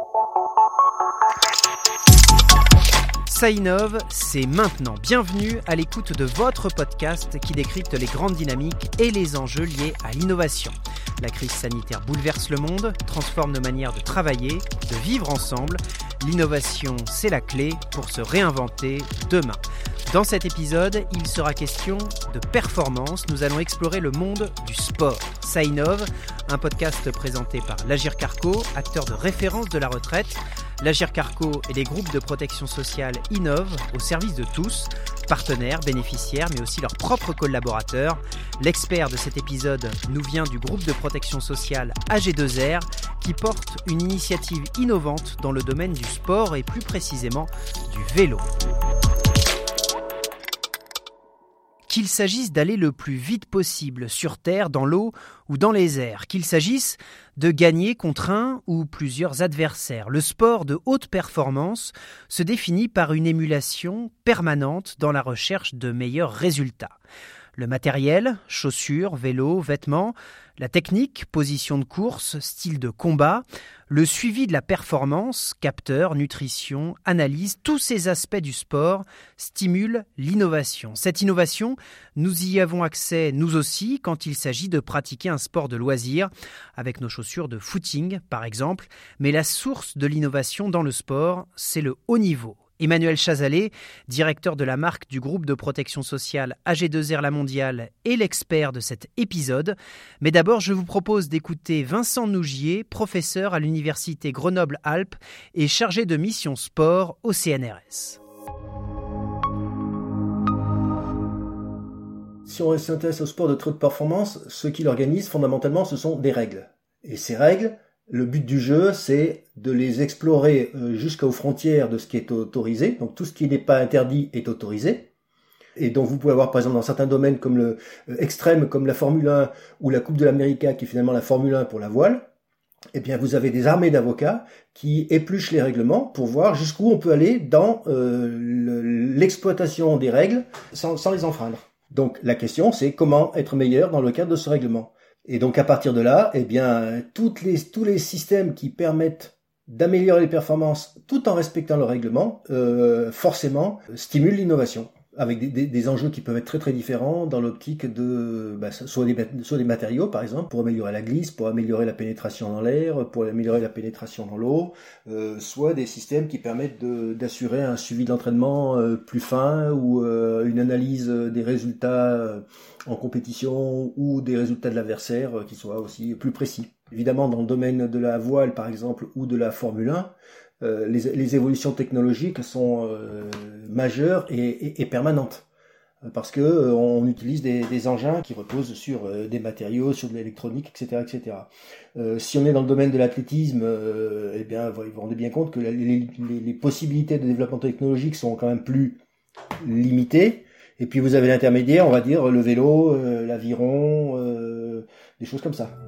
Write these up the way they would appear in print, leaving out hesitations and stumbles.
Ça innove, c'est maintenant. Bienvenue à l'écoute de votre podcast qui décrypte les grandes dynamiques et les enjeux liés à l'innovation. La crise sanitaire bouleverse le monde, transforme nos manières de travailler, de vivre ensemble. L'innovation, c'est la clé pour se réinventer demain. Dans cet épisode, il sera question de performance. Nous allons explorer le monde du sport. Ça innove, un podcast présenté par l'Agirc Arrco, acteur de référence de la retraite. L'Agirc Arrco et les groupes de protection sociale innovent au service de tous, partenaires, bénéficiaires, mais aussi leurs propres collaborateurs. L'expert de cet épisode nous vient du groupe de protection sociale AG2R qui porte une initiative innovante dans le domaine du sport et plus précisément du vélo. Qu'il s'agisse d'aller le plus vite possible sur terre, dans l'eau ou dans les airs, qu'il s'agisse de gagner contre un ou plusieurs adversaires, le sport de haute performance se définit par une émulation permanente dans la recherche de meilleurs résultats. Le matériel, chaussures, vélos, vêtements, la technique, position de course, style de combat, le suivi de la performance, capteurs, nutrition, analyse, tous ces aspects du sport stimulent l'innovation. Cette innovation, nous y avons accès nous aussi quand il s'agit de pratiquer un sport de loisir, avec nos chaussures de footing par exemple, mais la source de l'innovation dans le sport, c'est le haut niveau. Emmanuel Chazalet, directeur de la marque du groupe de protection sociale AG2R La Mondiale et l'expert de cet épisode. Mais d'abord, je vous propose d'écouter Vincent Nougier, professeur à l'université Grenoble-Alpes et chargé de mission sport au CNRS. Si on s'intéresse au sport de très haute performance, ce qui l'organise fondamentalement, ce sont des règles. Et ces règles, le but du jeu, c'est de les explorer jusqu'aux frontières de ce qui est autorisé. Donc tout ce qui n'est pas interdit est autorisé. Et donc vous pouvez avoir par exemple dans certains domaines comme le extrême, comme la Formule 1 ou la Coupe de l'Amérique qui est finalement la Formule 1 pour la voile, eh bien vous avez des armées d'avocats qui épluchent les règlements pour voir jusqu'où on peut aller dans l'exploitation des règles sans les enfreindre. Donc la question, c'est comment être meilleur dans le cadre de ce règlement. Et donc à partir de là, eh bien tous les systèmes qui permettent d'améliorer les performances tout en respectant le règlement, forcément stimulent l'innovation avec des enjeux qui peuvent être très très différents dans l'optique de soit des matériaux par exemple pour améliorer la glisse, pour améliorer la pénétration dans l'air, pour améliorer la pénétration dans l'eau, soit des systèmes qui permettent d'assurer un suivi de l'entraînement plus fin ou une analyse des résultats en compétition ou des résultats de l'adversaire qui soient aussi plus précis. Évidemment, dans le domaine de la voile, par exemple, ou de la Formule 1, les évolutions technologiques sont majeures et permanentes. Parce que on utilise des engins qui reposent sur des matériaux, sur de l'électronique, etc., etc. Si on est dans le domaine de l'athlétisme, eh bien, vous vous rendez bien compte que les possibilités de développement technologique sont quand même plus limitées. Et puis vous avez l'intermédiaire, on va dire le vélo, l'aviron, des choses comme ça.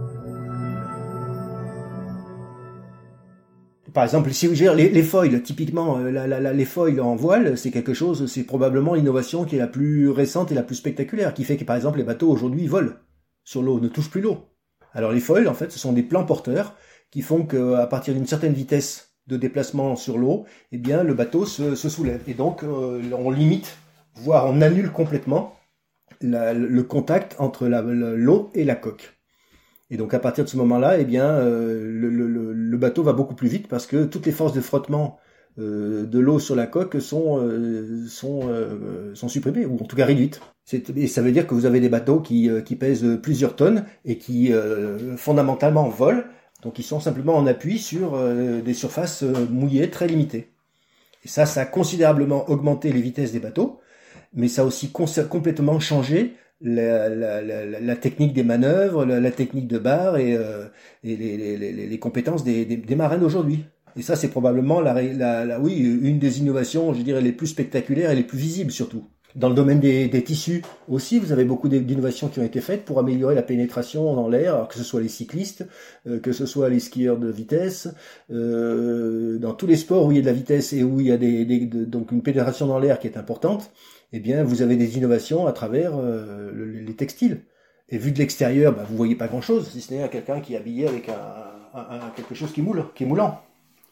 Par exemple, si vous gérez les foils, typiquement les foils en voile, c'est quelque chose, c'est probablement l'innovation qui est la plus récente et la plus spectaculaire, qui fait que par exemple les bateaux aujourd'hui volent sur l'eau, ne touchent plus l'eau. Alors les foils, en fait, ce sont des plans porteurs qui font qu'à partir d'une certaine vitesse de déplacement sur l'eau, eh bien le bateau se soulève. Et donc on limite, voire on annule complètement le contact entre l'eau et la coque. Et donc à partir de ce moment-là, eh bien le bateau va beaucoup plus vite parce que toutes les forces de frottement de l'eau sur la coque sont supprimées ou en tout cas réduites. Et ça veut dire que vous avez des bateaux qui pèsent plusieurs tonnes et qui fondamentalement volent. Donc ils sont simplement en appui sur des surfaces mouillées très limitées. Et ça a considérablement augmenté les vitesses des bateaux, mais ça a aussi complètement changé la technique des manœuvres, la technique de barre et les compétences des marins d'aujourd'hui. Et ça, c'est probablement une des innovations, je dirais, les plus spectaculaires et les plus visibles surtout. Dans le domaine des tissus aussi, vous avez beaucoup d'innovations qui ont été faites pour améliorer la pénétration dans l'air, alors que ce soit les cyclistes, que ce soit les skieurs de vitesse, dans tous les sports où il y a de la vitesse et où il y a donc une pénétration dans l'air qui est importante, eh bien vous avez des innovations à travers les textiles. Et vu de l'extérieur, vous voyez pas grand-chose, si ce n'est quelqu'un qui est habillé avec quelque chose qui moule, qui est moulant.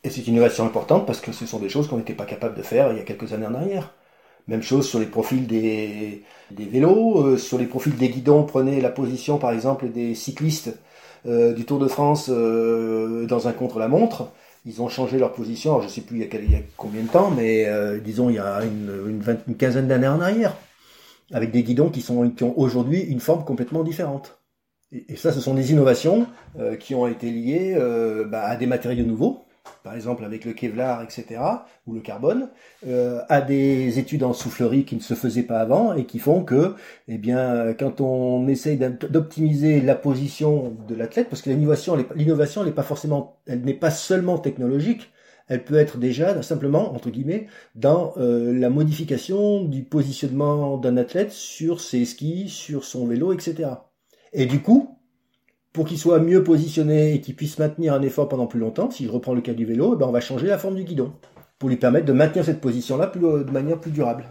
Et c'est une innovation importante parce que ce sont des choses qu'on n'était pas capable de faire il y a quelques années en arrière. Même chose sur les profils des vélos, sur les profils des guidons. Prenez la position par exemple des cyclistes du Tour de France dans un contre-la-montre. Ils ont changé leur position, alors je ne sais plus il y a combien de temps, mais disons il y a une quinzaine d'années en arrière, avec des guidons qui ont aujourd'hui une forme complètement différente. Et ça, ce sont des innovations qui ont été liées à des matériaux nouveaux, par exemple avec le Kevlar, etc., ou le carbone, à des études en soufflerie qui ne se faisaient pas avant et qui font que, quand on essaye d'optimiser la position de l'athlète, parce que l'innovation, elle n'est pas seulement technologique, elle peut être déjà simplement, entre guillemets, dans la modification du positionnement d'un athlète sur ses skis, sur son vélo, etc. Et du coup, pour qu'il soit mieux positionné et qu'il puisse maintenir un effort pendant plus longtemps, si je reprends le cas du vélo, on va changer la forme du guidon pour lui permettre de maintenir cette position-là de manière plus durable.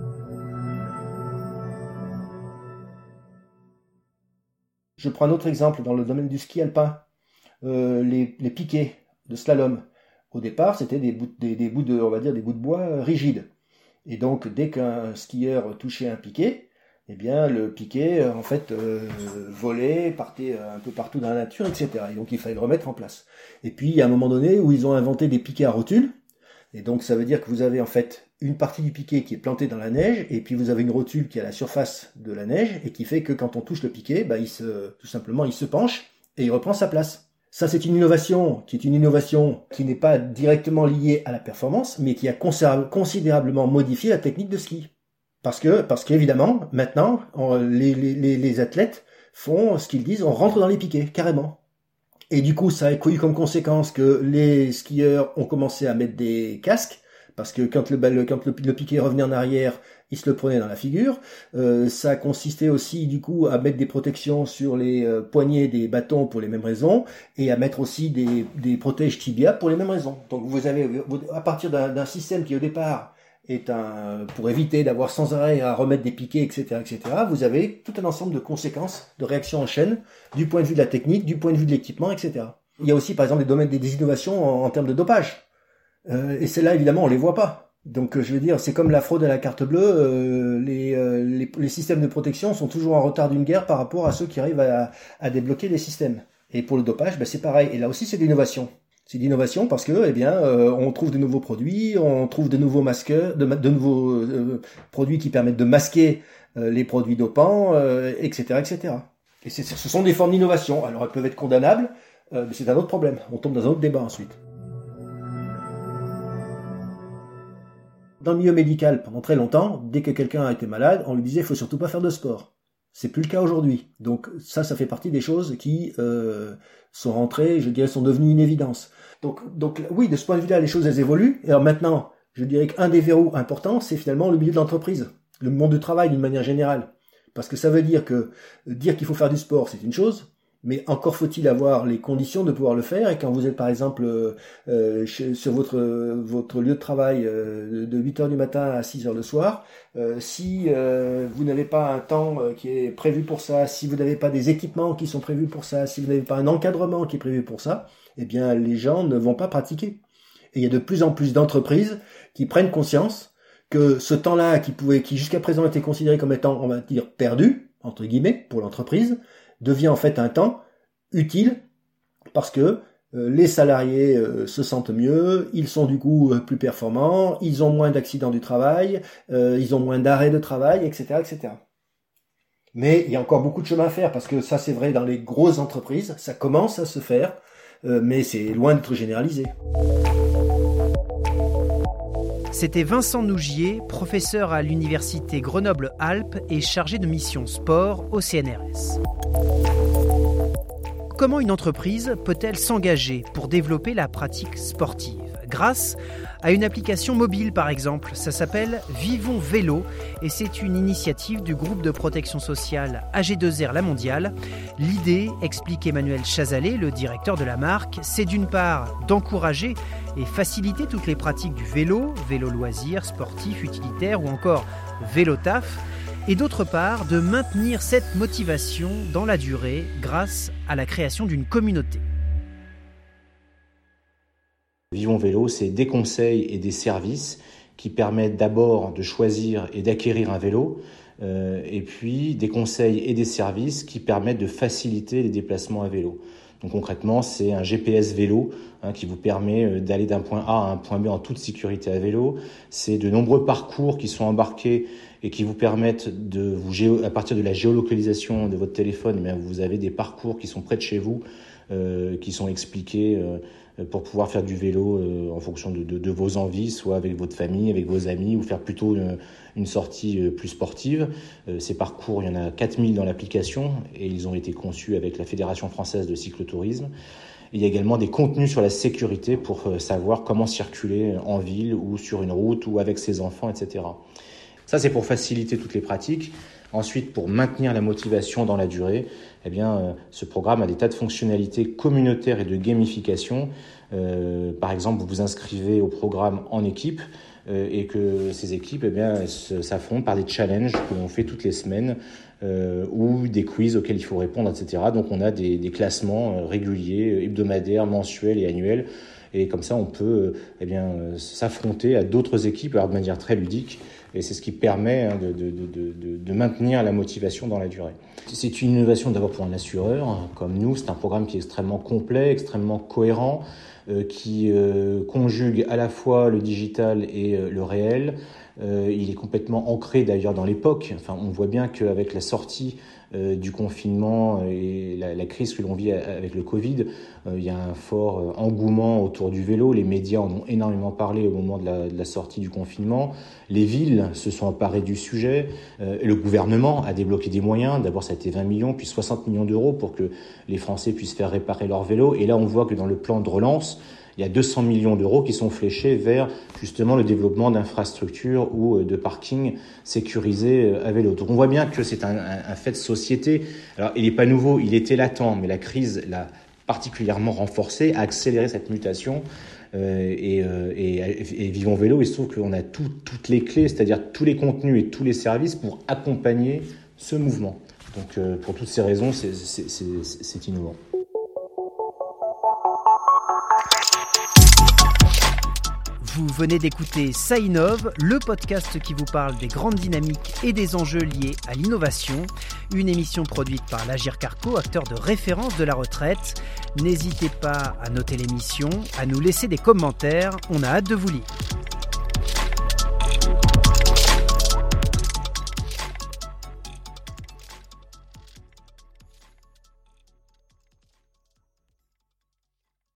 Je prends un autre exemple dans le domaine du ski alpin, les piquets de slalom. Au départ, c'était des bouts de bois rigides. Et donc, dès qu'un skieur touchait un piquet, le piquet, volait, partait un peu partout dans la nature, etc. Et donc, il fallait le remettre en place. Et puis, il y a un moment donné où ils ont inventé des piquets à rotule. Et donc, ça veut dire que vous avez en fait une partie du piquet qui est plantée dans la neige, et puis vous avez une rotule qui est à la surface de la neige, et qui fait que quand on touche le piquet, il se penche, et il reprend sa place. Ça, c'est une innovation qui n'est pas directement liée à la performance, mais qui a considérablement modifié la technique de ski. Parce qu'évidemment, maintenant, les athlètes font ce qu'ils disent, on rentre dans les piquets, carrément. Et du coup, ça a eu comme conséquence que les skieurs ont commencé à mettre des casques, parce que quand le piquet revenait en arrière, ils se le prenaient dans la figure. Ça consistait aussi, du coup, à mettre des protections sur les poignets des bâtons pour les mêmes raisons, et à mettre aussi des protèges tibia pour les mêmes raisons. Donc vous avez, à partir d'un système qui au départ pour éviter d'avoir sans arrêt à remettre des piquets, etc., vous avez tout un ensemble de conséquences, de réactions en chaîne, du point de vue de la technique, du point de vue de l'équipement, etc. Il y a aussi, par exemple, des innovations en termes de dopage. Et celles-là, évidemment, on les voit pas. Donc, je veux dire, c'est comme la fraude à la carte bleue, les systèmes de protection sont toujours en retard d'une guerre par rapport à ceux qui arrivent à débloquer les systèmes. Et pour le dopage, c'est pareil. Et là aussi, c'est de l'innovation. C'est d'innovation parce que, on trouve de nouveaux produits, on trouve de nouveaux masqueurs, de nouveaux produits qui permettent de masquer les produits dopants, etc., etc. Et ce sont des formes d'innovation. Alors, elles peuvent être condamnables, mais c'est un autre problème. On tombe dans un autre débat ensuite. Dans le milieu médical, pendant très longtemps, dès que quelqu'un a été malade, on lui disait, il faut surtout pas faire de sport. C'est plus le cas aujourd'hui. Donc ça fait partie des choses qui sont rentrées, je dirais, sont devenues une évidence. Donc oui, de ce point de vue-là, les choses elles évoluent. Et alors maintenant, je dirais qu'un des verrous importants, c'est finalement le milieu de l'entreprise, le monde du travail d'une manière générale. Parce que ça veut dire que dire qu'il faut faire du sport, c'est une chose, mais encore faut-il avoir les conditions de pouvoir le faire. Et quand vous êtes par exemple sur votre lieu de travail de 8h du matin à 6h le soir, si vous n'avez pas un temps qui est prévu pour ça, si vous n'avez pas des équipements qui sont prévus pour ça, si vous n'avez pas un encadrement qui est prévu pour ça, les gens ne vont pas pratiquer. Et il y a de plus en plus d'entreprises qui prennent conscience que ce temps-là qui jusqu'à présent était considéré comme étant, on va dire, perdu, entre guillemets, pour l'entreprise, devient en fait un temps utile parce que les salariés se sentent mieux, ils sont du coup plus performants, ils ont moins d'accidents du travail, ils ont moins d'arrêts de travail, etc., etc. Mais il y a encore beaucoup de chemin à faire parce que ça c'est vrai dans les grosses entreprises, ça commence à se faire, mais c'est loin d'être généralisé. C'était Vincent Nougier, professeur à l'université Grenoble-Alpes et chargé de mission sport au CNRS. Comment une entreprise peut-elle s'engager pour développer la pratique sportive ? Grâce à une application mobile par exemple, ça s'appelle Vivons Vélo et c'est une initiative du groupe de protection sociale AG2R La Mondiale. L'idée, explique Emmanuel Chazalet, le directeur de la marque, c'est d'une part d'encourager et faciliter toutes les pratiques du vélo loisir, sportif, utilitaire ou encore vélo taf, et d'autre part de maintenir cette motivation dans la durée grâce à la création d'une communauté. Vivons Vélo, c'est des conseils et des services qui permettent d'abord de choisir et d'acquérir un vélo, et puis des conseils et des services qui permettent de faciliter les déplacements à vélo. Donc concrètement, c'est un GPS vélo qui vous permet d'aller d'un point A à un point B en toute sécurité à vélo. C'est de nombreux parcours qui sont embarqués et qui vous permettent à partir de la géolocalisation de votre téléphone, vous avez des parcours qui sont près de chez vous, qui sont expliqués pour pouvoir faire du vélo en fonction de vos envies, soit avec votre famille, avec vos amis, ou faire plutôt une sortie plus sportive. Ces parcours, il y en a 4000 dans l'application et ils ont été conçus avec la Fédération française de cyclotourisme. Il y a également des contenus sur la sécurité pour savoir comment circuler en ville ou sur une route ou avec ses enfants, etc. Ça, c'est pour faciliter toutes les pratiques. Ensuite, pour maintenir la motivation dans la durée, ce programme a des tas de fonctionnalités communautaires et de gamification. Par exemple, vous vous inscrivez au programme en équipe et que ces équipes s'affrontent par des challenges que l'on fait toutes les semaines ou des quiz auxquels il faut répondre, etc. Donc, on a des classements réguliers, hebdomadaires, mensuels et annuels. Et comme ça, on peut s'affronter à d'autres équipes de manière très ludique. Et c'est ce qui permet de maintenir la motivation dans la durée. C'est une innovation d'abord pour un assureur comme nous. C'est un programme qui est extrêmement complet, extrêmement cohérent, qui conjugue à la fois le digital et le réel. Il est complètement ancré d'ailleurs dans l'époque. On voit bien qu'avec la sortie du confinement et la crise que l'on vit avec le Covid, il y a un fort engouement autour du vélo. Les médias en ont énormément parlé au moment de la sortie du confinement. Les villes se sont emparées du sujet. Le gouvernement a débloqué des moyens. D'abord, ça a été 20 millions, puis 60 millions d'euros pour que les Français puissent faire réparer leur vélo. Et là, on voit que dans le plan de relance, il y a 200 millions d'euros qui sont fléchés vers justement le développement d'infrastructures ou de parkings sécurisés à vélo. Donc on voit bien que c'est un fait de société. Alors il n'est pas nouveau, il était latent, mais la crise l'a particulièrement renforcé, a accéléré cette mutation. Et Vivons Vélo, il se trouve qu'on a toutes les clés, c'est-à-dire tous les contenus et tous les services pour accompagner ce mouvement. Donc pour toutes ces raisons, c'est innovant. Vous venez d'écouter Ça innove, le podcast qui vous parle des grandes dynamiques et des enjeux liés à l'innovation. Une émission produite par l'Agirc Arrco, acteur de référence de la retraite. N'hésitez pas à noter l'émission, à nous laisser des commentaires. On a hâte de vous lire.